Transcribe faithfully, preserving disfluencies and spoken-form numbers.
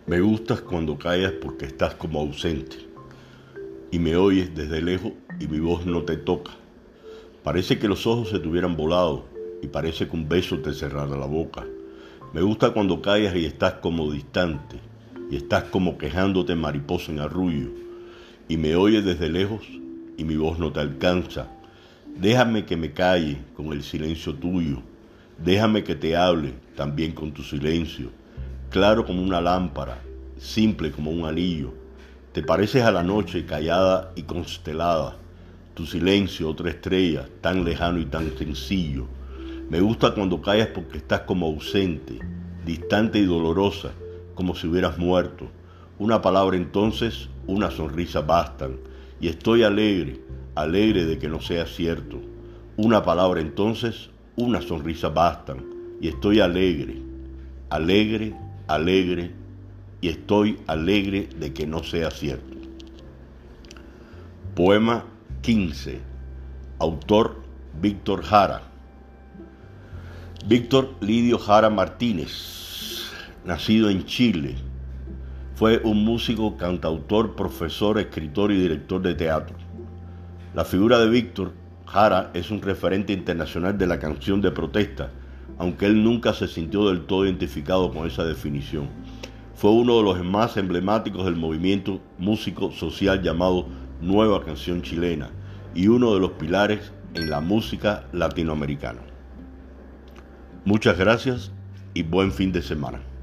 Me gustas cuando callas porque estás como ausente y me oyes desde lejos y mi voz no te toca. Parece que los ojos se te hubieran volado y parece que un beso te cerrara la boca. Me gusta cuando callas y estás como distante y estás como quejándote mariposa en arrullo y me oyes desde lejos y mi voz no te alcanza. Déjame que me calle con el silencio tuyo. Déjame que te hable también con tu silencio. Claro como una lámpara, simple como un anillo. Te pareces a la noche callada y constelada. Tu silencio, otra estrella, tan lejano y tan sencillo. Me gusta cuando callas porque estás como ausente, distante y dolorosa, como si hubieras muerto. Una palabra entonces, una sonrisa bastan. Y estoy alegre, alegre de que no sea cierto. Una palabra entonces, una sonrisa bastan. Y estoy alegre, alegre, alegre, y estoy alegre de que no sea cierto. Poema quince. Autor Víctor Jara. Víctor Lidio Jara Martínez, nacido en Chile, fue un músico, cantautor, profesor, escritor y director de teatro. La figura de Víctor Jara es un referente internacional de la canción de protesta, aunque él nunca se sintió del todo identificado con esa definición. Fue uno de los más emblemáticos del movimiento músico social llamado Nueva Canción Chilena y uno de los pilares en la música latinoamericana. Muchas gracias y buen fin de semana.